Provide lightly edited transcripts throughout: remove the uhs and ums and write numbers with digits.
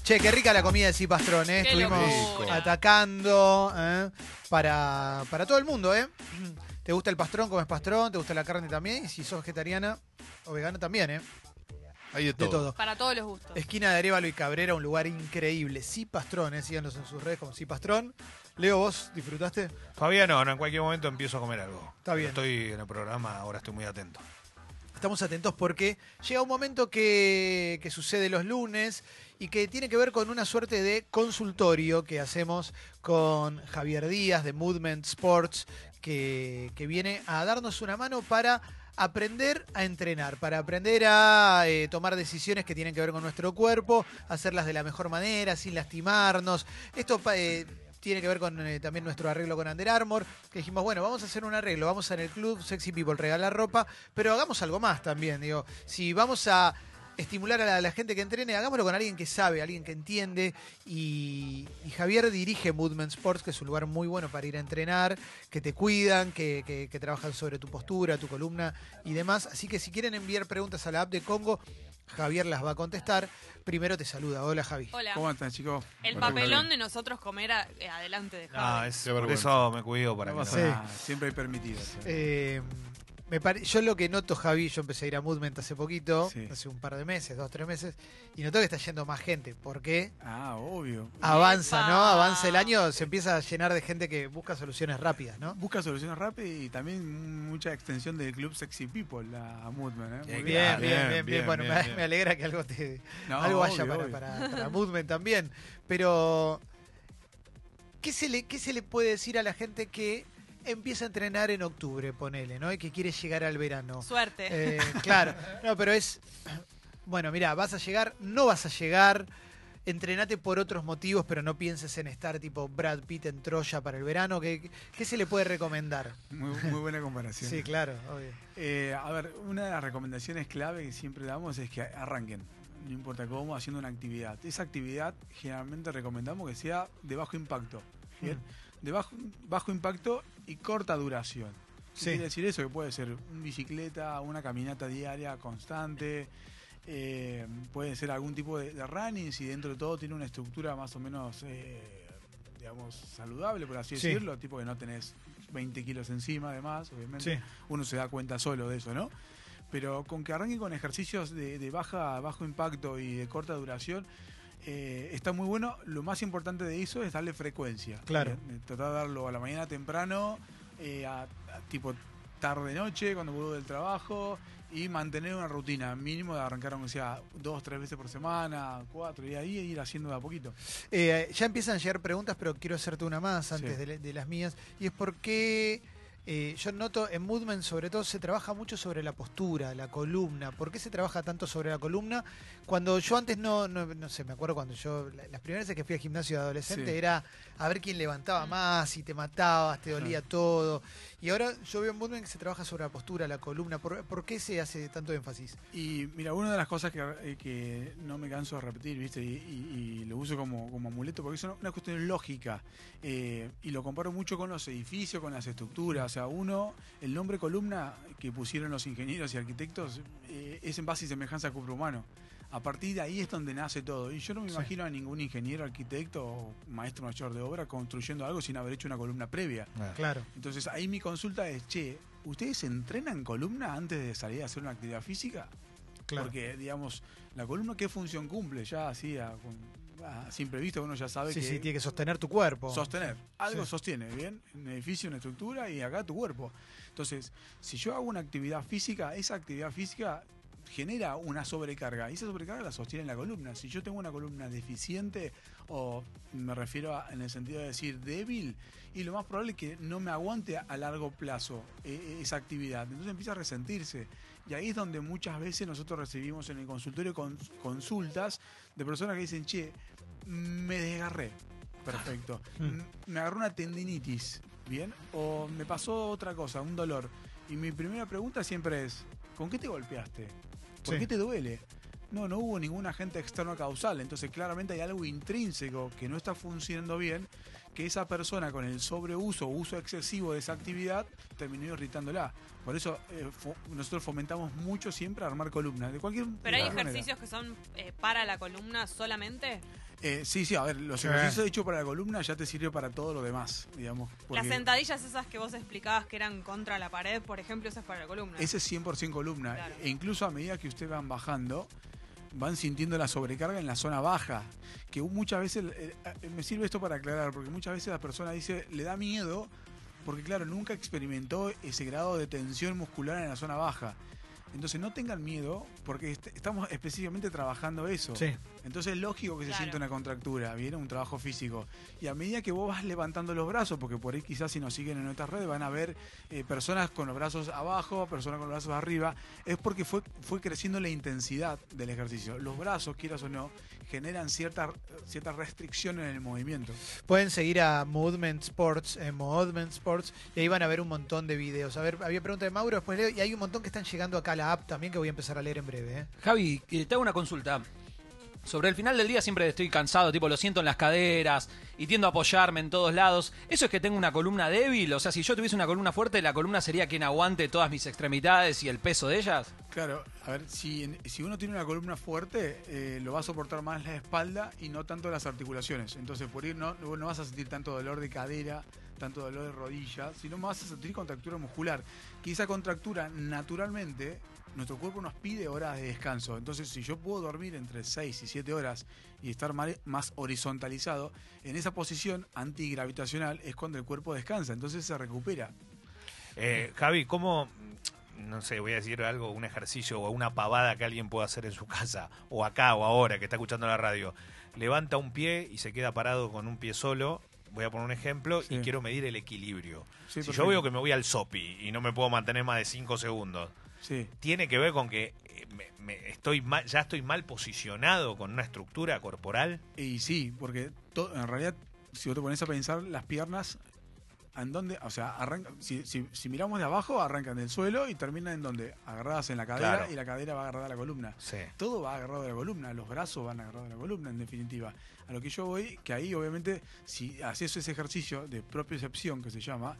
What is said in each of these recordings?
Che, qué rica la comida de Cipastrón, ¿eh? Qué Estuvimos locura. atacando para todo el mundo, ¿eh? ¿Te gusta el pastrón? ¿Comes pastrón? ¿Te gusta la carne también? Y si sos vegetariana o vegana también, ¿eh? Hay de De todo. todo. Para todos los gustos. Esquina de Arévalo y Cabrera, un lugar increíble. Cipastrón, ¿eh? Síganos en sus redes como Cipastrón. Leo, ¿vos disfrutaste? Todavía no, en cualquier momento empiezo a comer algo. Está bien. Estoy en el programa, ahora estoy muy atento. Estamos atentos porque llega un momento que sucede los lunes y que tiene que ver con una suerte de consultorio que hacemos con Javier Díaz de Movement Sports, que viene a darnos una mano para aprender a entrenar, para aprender a tomar decisiones que tienen que ver con nuestro cuerpo, hacerlas de la mejor manera, sin lastimarnos. Esto tiene que ver con también nuestro arreglo con Under Armour, que dijimos, bueno, vamos a hacer un arreglo, vamos en el club Sexy People, regalar ropa, pero hagamos algo más también, digo, si vamos a estimular a la gente que entrene, hagámoslo con alguien que sabe, alguien que entiende, y Javier dirige Movement Sports, que es un lugar muy bueno para ir a entrenar, que te cuidan, que trabajan sobre tu postura, tu columna y demás, así que si quieren enviar preguntas a la app de Congo, Javier las va a contestar. Primero te saluda. Hola, Javi. Hola. ¿Cómo están, chicos? El Bueno, papelón de nosotros comer adelante de Ah, Javi. es, por eso me cuido para no que pasa Sí. nada, siempre hay permitido. Yo lo que noto, Javi, yo empecé a ir a Movement hace poquito, Sí. hace un par de meses, 2, 3 meses, y noto que está yendo más gente. ¿Por qué? Ah, obvio. Avanza, ¿no? ¡Epa! Avanza el año, se empieza a llenar de gente que busca soluciones rápidas, ¿no? Busca soluciones rápidas y también mucha extensión del club Sexy People, la Movement. Bien, Muy Bien. Bueno, bien. me alegra que algo No, algo haya obvio, para Movement también. Pero, ¿qué se le puede decir a la gente que empieza a entrenar en octubre, ponele, ¿no? Y que quiere llegar al verano? Suerte. Claro, no, pero es, bueno, mira, vas a llegar, no vas a llegar, entrenate por otros motivos, pero no pienses en estar tipo Brad Pitt en Troya para el verano. ¿Qué se le puede recomendar? muy buena comparación. Sí, claro, obvio. A ver, una de las recomendaciones clave que siempre damos es que arranquen, no importa cómo, haciendo una actividad. Esa actividad generalmente recomendamos que sea de bajo impacto. ¿Bien? De bajo impacto y corta duración. ¿Qué Sí. quiere decir eso? Que puede ser una bicicleta, una caminata diaria constante, puede ser algún tipo de running, si dentro de todo tiene una estructura más o menos, digamos, saludable, por así Sí. decirlo, tipo que no tenés 20 kilos encima, además, obviamente. Sí. Uno se da cuenta solo de eso, ¿no? Pero con que arranquen con ejercicios de bajo impacto y de corta duración, está muy bueno. Lo más importante de eso es darle frecuencia. Claro. Tratar de darlo a la mañana temprano, a tipo tarde-noche, cuando vuelvo del trabajo, y mantener una rutina mínimo de arrancar, aunque sea 2, 3 veces por semana, 4, y ahí ir haciendo de a poquito. Ya empiezan a llegar preguntas, pero quiero hacerte una más antes Sí. de las mías. Y es porque yo noto en Movement, sobre todo, se trabaja mucho sobre la postura, la columna. ¿Por qué se trabaja tanto sobre la columna? Cuando yo antes no sé, me acuerdo cuando las primeras veces que fui al gimnasio de adolescente Sí. era a ver quién levantaba más, si te matabas, te dolía todo. Y ahora yo veo en Movement que se trabaja sobre la postura, la columna. ¿Por qué se hace tanto énfasis? Y mira, una de las cosas que no me canso de repetir, ¿viste? Y lo uso como amuleto, porque es una cuestión lógica. Y lo comparo mucho con los edificios, con las estructuras. O sea, el nombre columna que pusieron los ingenieros y arquitectos es en base y semejanza al cuerpo humano. A partir de ahí es donde nace todo. Y yo no me Sí. imagino a ningún ingeniero, arquitecto o maestro mayor de obra construyendo algo sin haber hecho una columna previa. Claro. Entonces ahí mi consulta es, che, ¿ustedes entrenan columna antes de salir a hacer una actividad física? Claro. Porque, digamos, la columna, ¿qué función cumple? Ya así, sin previsto, uno ya sabe Sí, que sí, tiene que sostener tu cuerpo. sostener. Algo Sí. sostiene, ¿bien? Un edificio, una estructura y acá tu cuerpo. Entonces, si yo hago una actividad física, esa actividad física genera una sobrecarga y esa sobrecarga la sostiene la columna. Si yo tengo una columna deficiente, o me refiero en el sentido de decir débil, y lo más probable es que no me aguante a largo plazo esa actividad. Entonces empieza a resentirse. Y ahí es donde muchas veces nosotros recibimos en el consultorio consultas de personas que dicen, che, me desgarré. Perfecto. Me agarró una tendinitis, ¿bien? O me pasó otra cosa, un dolor. Y mi primera pregunta siempre es, ¿con qué te golpeaste? ¿Por Sí. qué te duele? No hubo ningún agente externo causal, entonces claramente hay algo intrínseco que no está funcionando bien que esa persona con el sobreuso o uso excesivo de esa actividad terminó irritándola. Por eso nosotros fomentamos mucho siempre armar columnas. De cualquier Pero hay manera. ejercicios que son para la columna solamente. Sí, a ver, los ejercicios hechos para la columna ya te sirve para todo lo demás, digamos. Las sentadillas esas que vos explicabas que eran contra la pared, por ejemplo, esas para la columna. Ese es 100% columna. Claro. E incluso a medida que ustedes van bajando, van sintiendo la sobrecarga en la zona baja. Que muchas veces, me sirve esto para aclarar, porque muchas veces la persona dice, le da miedo, porque claro, nunca experimentó ese grado de tensión muscular en la zona baja. Entonces no tengan miedo, porque estamos específicamente trabajando eso. Sí. Entonces es lógico que se Claro. sienta una contractura, viene un trabajo físico. Y a medida que vos vas levantando los brazos, porque por ahí quizás si nos siguen en nuestras redes van a ver personas con los brazos abajo, personas con los brazos arriba, es porque fue creciendo la intensidad del ejercicio. Los brazos, quieras o no, generan cierta restricción en el movimiento. Pueden seguir a Movement Sports en Movement Sports y ahí van a ver un montón de videos. A ver, había pregunta de Mauro, después leo, y hay un montón que están llegando acá a la app también que voy a empezar a leer en breve. Javi, te hago una consulta. Sobre el final del día siempre estoy cansado, tipo lo siento en las caderas y tiendo a apoyarme en todos lados. ¿Eso es que tengo una columna débil? O sea, si yo tuviese una columna fuerte, la columna sería quien aguante todas mis extremidades y el peso de ellas. Claro, a ver, si uno tiene una columna fuerte, lo va a soportar más la espalda y no tanto las articulaciones. Entonces, por ir no vas a sentir tanto dolor de cadera, tanto dolor de rodilla, sino más vas a sentir contractura muscular. Que esa contractura, naturalmente, nuestro cuerpo nos pide horas de descanso. Entonces, si yo puedo dormir entre 6 y 7 horas y estar más horizontalizado, en esa posición antigravitacional es cuando el cuerpo descansa, entonces se recupera. Javi, ¿cómo, no sé, voy a decir algo, un ejercicio o una pavada que alguien pueda hacer en su casa, o acá o ahora, que está escuchando la radio? Levanta un pie y se queda parado con un pie solo. Voy a poner un ejemplo y quiero medir el equilibrio. Sí, si perfecto. yo veo que me voy al sopi y no me puedo mantener más de 5 segundos, Sí. tiene que ver con que ya estoy mal posicionado con una estructura corporal. Y sí, porque en realidad, si vos te pones a pensar, las piernas, ¿en dónde? O sea, arrancan, si miramos de abajo, arrancan del suelo y terminan en donde? Agarradas en la cadera, Claro. y la cadera va agarrada a la columna. Sí. Todo va agarrado a la columna, los brazos van agarrados a la columna, en definitiva. A lo que yo voy, que ahí obviamente, si haces ese ejercicio de propiocepción que se llama,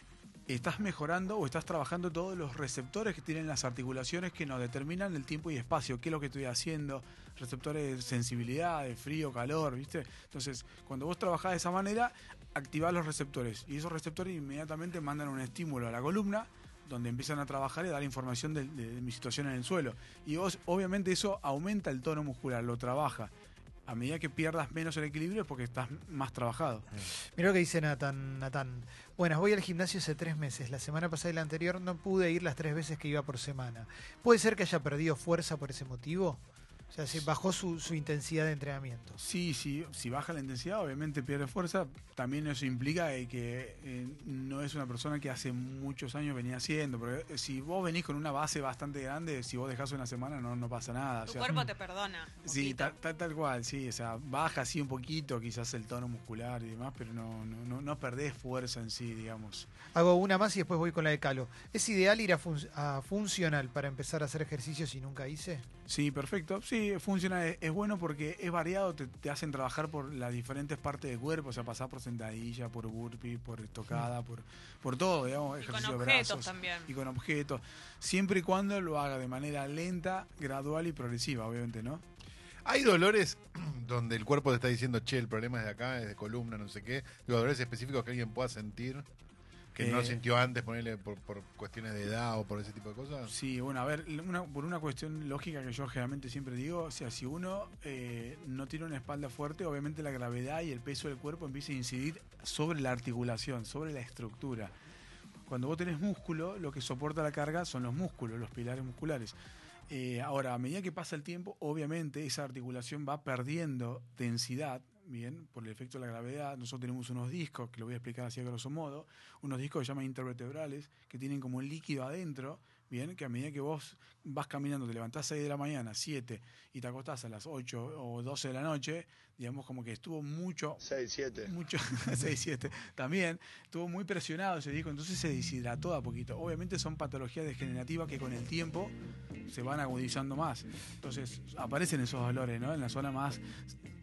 estás mejorando o estás trabajando todos los receptores que tienen las articulaciones que nos determinan el tiempo y espacio, qué es lo que estoy haciendo, receptores de sensibilidad, de frío, calor, ¿viste? Entonces, cuando vos trabajás de esa manera, activás los receptores y esos receptores inmediatamente mandan un estímulo a la columna donde empiezan a trabajar y a dar información de mi situación en el suelo. Y vos, obviamente eso aumenta el tono muscular, lo trabaja. A medida que pierdas menos el equilibrio es porque estás más trabajado. Mirá lo que dice Nathan. Buenas, voy al gimnasio hace 3 meses. La semana pasada y la anterior no pude ir las 3 veces que iba por semana. ¿Puede ser que haya perdido fuerza por ese motivo? O sea, si bajó su intensidad de entrenamiento. Sí, si baja la intensidad, obviamente pierde fuerza. También eso implica que no es una persona que hace muchos años venía haciendo. Porque si vos venís con una base bastante grande, si vos dejás una semana no pasa nada. Tu O sea, cuerpo te perdona. un sí, poquito. tal cual, sí. O sea, baja así un poquito quizás el tono muscular y demás, pero no perdés fuerza en sí, digamos. Hago una más y después voy con la de Calo. ¿Es ideal ir a funcional para empezar a hacer ejercicio si nunca hice? Sí, perfecto. Sí, funciona, es bueno porque es variado, te hacen trabajar por las diferentes partes del cuerpo, o sea, pasar por sentadilla, por burpee, por estocada, por todo, digamos, Y con ejercicio de objetos brazos. también. Y con objetos, siempre y cuando lo haga de manera lenta, gradual y progresiva, obviamente, ¿no? Hay dolores donde el cuerpo te está diciendo, che, el problema es de acá, es de columna, no sé qué. Dolores específicos que alguien pueda sentir, que no sintió antes, ponerle por cuestiones de edad o por ese tipo de cosas. Sí, bueno, a ver, por una cuestión lógica que yo generalmente siempre digo, o sea, si uno no tiene una espalda fuerte, obviamente la gravedad y el peso del cuerpo empieza a incidir sobre la articulación, sobre la estructura. Cuando vos tenés músculo, lo que soporta la carga son los músculos, los pilares musculares. Ahora, a medida que pasa el tiempo, obviamente esa articulación va perdiendo densidad, bien, por el efecto de la gravedad. Nosotros tenemos unos discos, que lo voy a explicar así a grosso modo, unos discos que se llaman intervertebrales, que tienen como un líquido adentro, bien, que a medida que vos vas caminando, te levantás 6 de la mañana, 7, y te acostás a las 8 o 12 de la noche, digamos como que estuvo mucho... 6, 7. Mucho, 6, 7, también estuvo muy presionado ese disco, entonces se deshidrató a poquito. Obviamente son patologías degenerativas que con el tiempo se van agudizando más. Entonces aparecen esos dolores, ¿no? En la zona más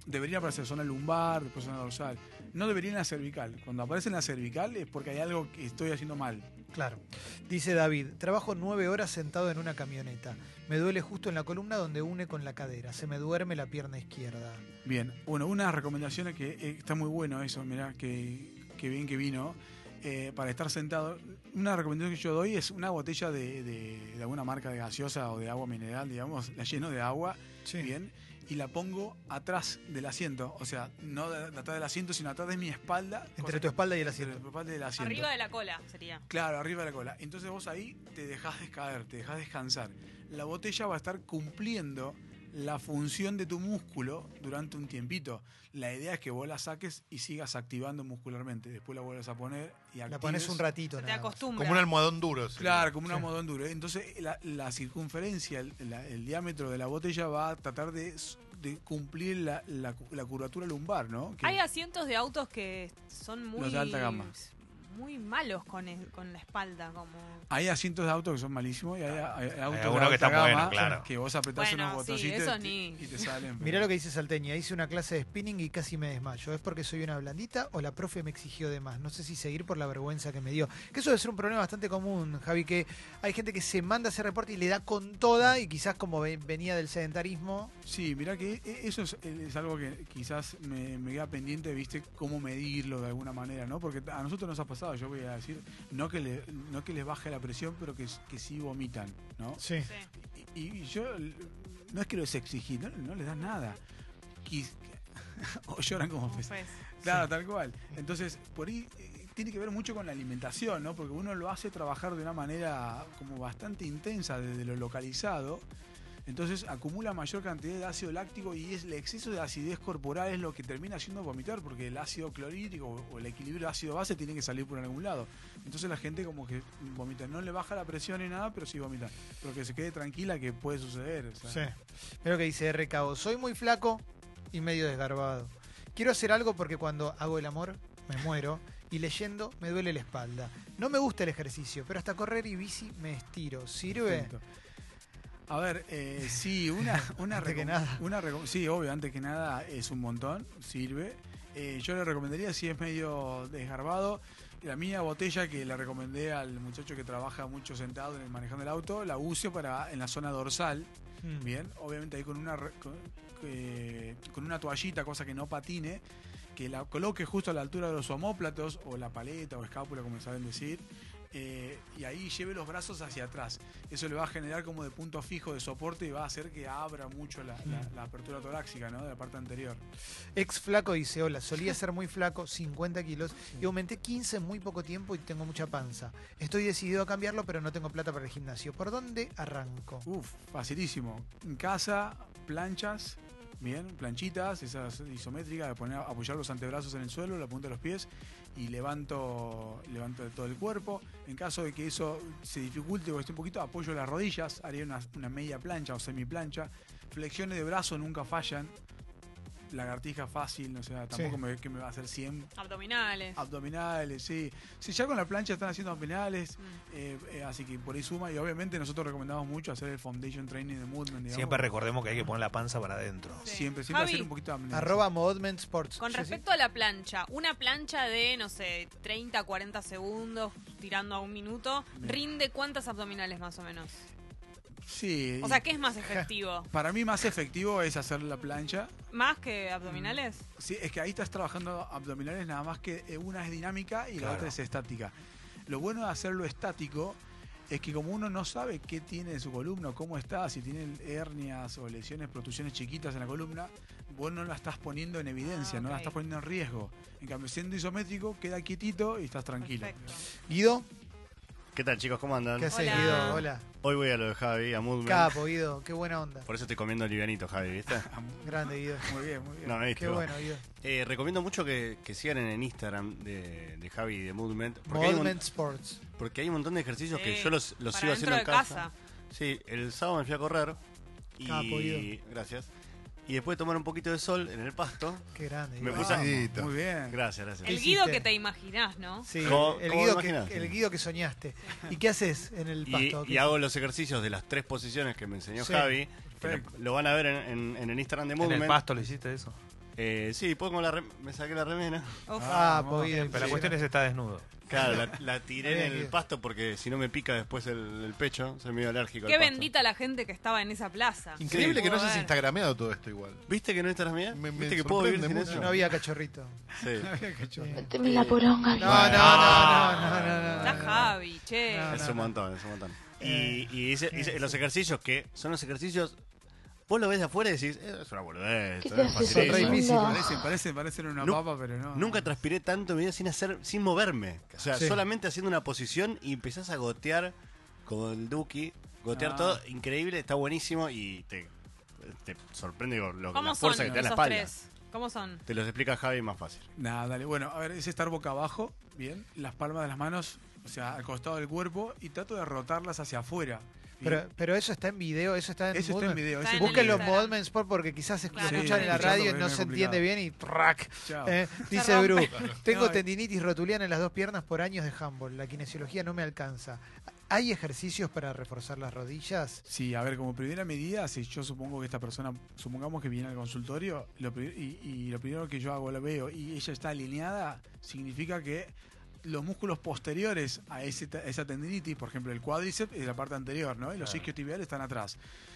debería aparecer zona lumbar, después zona dorsal. No debería en la cervical. Cuando aparece en la cervical es porque hay algo que estoy haciendo mal. Claro. Dice David, trabajo 9 horas sentado en una camioneta. Me duele justo en la columna donde une con la cadera. Se me duerme la pierna izquierda. Bien, bueno, unas recomendaciones que está muy bueno eso, mirá, que bien que vino. Para estar sentado, una recomendación que yo doy es una botella de alguna marca de gaseosa o de agua mineral, digamos, la lleno de agua, bien, y la pongo atrás del asiento, o sea, no de atrás del asiento, sino atrás de mi espalda. Entre tu espalda y el asiento. Entre tu espalda y el asiento. Arriba de la cola sería. Claro, arriba de la cola. Entonces vos ahí te dejás descaer, te dejás descansar. La botella va a estar cumpliendo la función de tu músculo durante un tiempito. La idea es que vos la saques y sigas activando muscularmente. Después la vuelves a poner y actives. La pones un ratito. Se te nada más. acostumbra. Como un almohadón duro. sería. Claro, como un Sí. almohadón duro. Entonces la circunferencia, el diámetro de la botella va a tratar de cumplir la curvatura lumbar, ¿no? Que Hay asientos de autos que son muy... Los de alta gama. Muy malos con la espalda, como... hay asientos de autos que son malísimos y hay autos de algunos alta que están gama buenos, claro. que vos apretás Bueno, unos sí, botoncitos eso y te salen. Mirá lo que dice Salteña. Hice una clase de spinning y casi me desmayo. ¿Es porque soy una blandita o la profe me exigió de más? No sé si seguir por la vergüenza que me dio. Que eso debe ser un problema bastante común, Javi, que hay gente que se manda a hacer reporte y le da con toda y quizás como venía del sedentarismo. Sí, mirá que eso es algo que quizás me queda pendiente, viste, cómo medirlo de alguna manera, ¿no? Porque a nosotros nos ha pasado, yo voy a decir, no que les baje la presión, pero que sí vomitan, ¿no? Sí. Sí. Y yo no es que los exigí, no les das nada. O lloran como Como peces. pez. Claro, tal cual. Entonces, por ahí tiene que ver mucho con la alimentación, ¿no? Porque uno lo hace trabajar de una manera como bastante intensa desde lo localizado. Entonces acumula mayor cantidad de ácido láctico y el exceso de acidez corporal es lo que termina haciendo vomitar, porque el ácido clorhídrico o el equilibrio ácido-base tiene que salir por algún lado. Entonces la gente como que vomita, no le baja la presión ni nada, pero sí vomita. Pero que se quede tranquila que puede suceder. O sea. Sí. Mira lo que dice RKO. Soy muy flaco y medio desgarbado. Quiero hacer algo porque cuando hago el amor me muero y leyendo me duele la espalda. No me gusta el ejercicio, pero hasta correr y bici me estiro. ¿Sirve? Perfecto. A ver, sí, Antes que nada. Sí, obvio, antes que nada es un montón, sirve. Yo le recomendaría, si es medio desgarbado, la mía botella que le recomendé al muchacho que trabaja mucho sentado manejando el auto, la use en la zona dorsal, bien, obviamente ahí con una toallita, cosa que no patine, que la coloque justo a la altura de los omóplatos o la paleta o escápula, como saben decir. Y ahí lleve los brazos hacia atrás. Eso le va a generar como de punto fijo de soporte y va a hacer que abra mucho la apertura torácica, ¿no? De la parte anterior. Ex flaco dice, hola, solía ser muy flaco, 50 kilos, y aumenté 15 en muy poco tiempo y tengo mucha panza. Estoy decidido a cambiarlo, pero no tengo plata para el gimnasio. ¿Por dónde arranco? Facilísimo. En casa, planchas, bien, planchitas, esas isométricas, apoyar los antebrazos en el suelo, la punta de los pies y levanto todo el cuerpo. En caso de que eso se dificulte o esté un poquito, apoyo las rodillas, haría una media plancha o semiplancha. Flexiones de brazo nunca fallan. Lagartija fácil, o sea, tampoco que me va a hacer 100 abdominales, sí. Sí, ya con la plancha están haciendo abdominales, así que por ahí suma. Y obviamente nosotros recomendamos mucho hacer el foundation training de movement, digamos. Siempre recordemos que hay que poner la panza para adentro. Sí. Siempre Javi, hacer un poquito de abdominales. @Modment Sports. Con Sí, respecto a la plancha, una plancha de, no sé, 30, 40 segundos, tirando a un minuto, Bien. ¿rinde cuántas abdominales más o menos? Sí. O sea, ¿qué es más efectivo? Para mí más efectivo es hacer la plancha. ¿Más que abdominales? Sí, es que ahí estás trabajando abdominales, nada más que una es dinámica y la Claro. otra es estática. Lo bueno de hacerlo estático es que como uno no sabe qué tiene en su columna, cómo está, si tiene hernias o lesiones, protrusiones chiquitas en la columna, vos no la estás poniendo en evidencia, no la ok. estás poniendo en riesgo. En cambio, siendo isométrico, queda quietito y estás tranquilo. Perfecto. Guido, ¿Qué tal, chicos? ¿Cómo andan? ¿qué haces, Hola. Guido? Hola. Hoy voy a lo de Javi, a Movement. Capo, Guido, qué buena onda. Por eso estoy comiendo livianito, Javi, ¿viste? Grande, Guido. Muy bien, muy bien. No, ¿viste? Qué bueno, Guido. Recomiendo mucho que sigan en el Instagram de Javi y de Movement. Porque hay, Modment Sports. porque hay un montón de ejercicios que Sí, yo los para sigo haciendo dentro en de casa. Sí, el sábado me fui a correr y... Capo, Guido. Gracias. Y después de tomar un poquito de sol en el pasto. Qué grande, Me Guido. puse a- Guidito. Muy bien. Gracias, gracias. El ¿Qué Guido hiciste? que te imaginás, ¿no? Sí, ¿Cómo- el, cómo Guido imaginás? el Guido que soñaste. ¿Y qué haces en el pasto? Y hago los ejercicios de las 3 posiciones que me enseñó Sí, Javi. Que perfecto. lo van a ver en el Instagram de ¿En Movement. el pasto lo hiciste eso? Sí, me saqué la remera. Uf. Pues bien. Pero la cuestión es que está desnudo. Claro, la tiré Bien, en el bien. pasto porque si no me pica después el pecho, soy medio alérgico Qué al pasto. bendita la gente que estaba en esa plaza. Increíble Sí. que no Pudo hayas ver. instagrameado todo esto igual. ¿Viste que no estás mía? Me ¿Viste que puedo vivir sin sorprende eso? No había cachorrito. Sí. Méteme la poronga. No. Está Javi, che. No, Es un montón, es un montón. Eh, Y hice los ejercicios que son los ejercicios. Vos lo ves de afuera y decís, es una boludez. ¿Qué esto te es haces Son re facilísimo". difíciles. Parecen una Nu- papa, pero no. Nunca transpiré tanto en mi vida sin moverme. O sea, Sí. solamente haciendo una posición y empezás a gotear con el Duki. Gotear Ah. todo, increíble, está buenísimo y te sorprende la ¿Cómo son fuerza que te da en la esos espalda. tres? ¿Cómo son? Te los explica Javi más fácil. Nada, dale. Bueno, a ver, es estar boca abajo, bien, las palmas de las manos, o sea, al costado del cuerpo y trato de rotarlas hacia afuera. Bien. Pero eso está en video, eso está en Eso está en Movement. video. Está ese en el Búsquenlo en Instagram. Movement Sport porque quizás Claro. lo escuchan Sí, en la escuchando radio y porque no es se complicado. entiende bien y ¡trac! Chao. Dice rompe. Bru, tengo No, tendinitis rotuliana en las dos piernas por años de handball. La kinesiología no me alcanza. ¿Hay ejercicios para reforzar las rodillas? Sí, a ver, como primera medida, si yo supongo que esta persona, supongamos que viene al consultorio, y lo primero que yo hago, lo veo, y ella está alineada, significa que los músculos posteriores a esa tendinitis, por ejemplo, el cuádriceps es la parte anterior, ¿no? Y los isquiotibiales están atrás.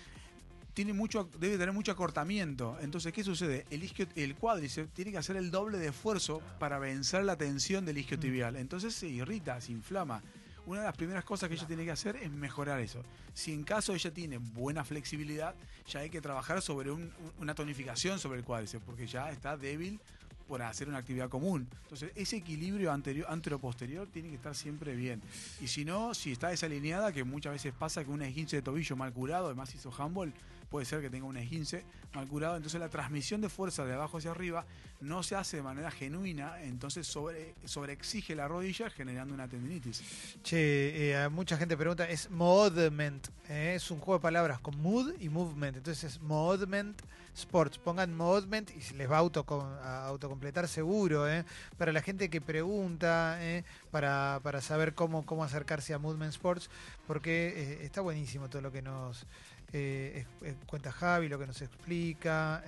Debe tener mucho acortamiento. Entonces, ¿qué sucede? El cuádriceps tiene que hacer el doble de esfuerzo para vencer la tensión del isquiotibial. Entonces se irrita, se inflama. Una de las primeras cosas que ella tiene que hacer es mejorar eso. Si en caso ella tiene buena flexibilidad, ya hay que trabajar sobre una tonificación sobre el cuádriceps, porque ya está débil por hacer una actividad común. Entonces, ese equilibrio antero-posterior tiene que estar siempre bien. Y si no, si está desalineada, que muchas veces pasa que un esguince de tobillo mal curado, además hizo handball, puede ser que tenga un esguince mal curado, entonces la transmisión de fuerza de abajo hacia arriba no se hace de manera genuina, entonces sobreexige la rodilla generando una tendinitis. Che, mucha gente pregunta, es movement, es un juego de palabras con mood y movement, entonces es movement sports, pongan movement y se les va a autocompletar seguro, para la gente que pregunta, para saber cómo acercarse a movement sports, porque está buenísimo todo lo que nos cuenta Javi, lo que nos explica.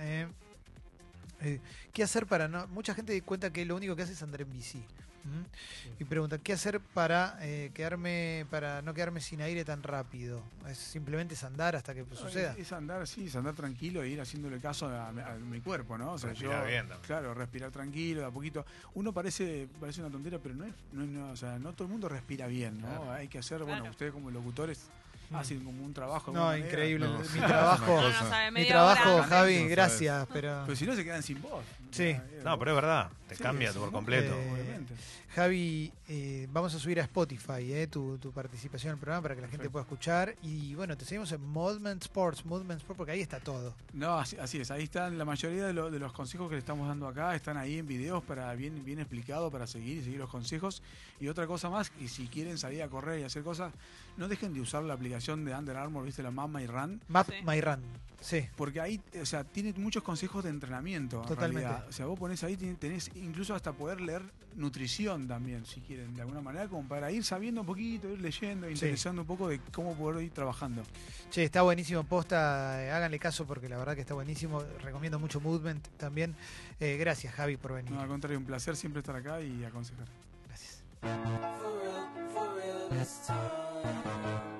¿Qué hacer para no? Mucha gente cuenta que lo único que hace es andar en bici. Y pregunta, ¿qué hacer para no quedarme sin aire tan rápido? ¿Es simplemente es andar hasta que suceda? Es andar, sí, es andar tranquilo e ir haciéndole caso a mi cuerpo, ¿no? O sea, Respirar bien también. claro, respirar tranquilo, de a poquito. Uno parece una tontera, pero no, o sea, no todo el mundo respira bien, ¿no? Claro. Hay que hacer, Claro. bueno, ustedes como locutores hacen como un trabajo. de No, alguna manera. increíble. No, Mi sí, trabajo, es una No, cosa. no sabe, mi media trabajo, hora. Javi, ¿sabes? gracias, pero Pero si no, se quedan sin voz. Sí. No, pero es verdad. Te Sí, cambia sí, por ¿no? completo. Obviamente. Javi, vamos a subir a Spotify tu participación en el programa para que la gente Perfecto. pueda escuchar. Y bueno, te seguimos en Movement Sports, porque ahí está todo. No, así es. Ahí están la mayoría de los consejos que le estamos dando acá. Están ahí en videos para bien explicado para seguir los consejos. Y otra cosa más, y si quieren salir a correr y hacer cosas, no dejen de usar la aplicación de Under Armour, ¿viste? La Mama y Run. Map Sí. My Run. Sí. Porque ahí, o sea, tiene muchos consejos de entrenamiento. En Totalmente. realidad. O sea, vos ponés ahí, tenés incluso hasta poder leer nutrición también, si quieren, de alguna manera, como para ir sabiendo un poquito, ir leyendo, interesando un poco de cómo poder ir trabajando. Che, está buenísimo, posta, háganle caso porque la verdad que está buenísimo. Recomiendo mucho Movement también. Gracias, Javi, por venir. No, al contrario, un placer siempre estar acá y aconsejar. Gracias. For real this time.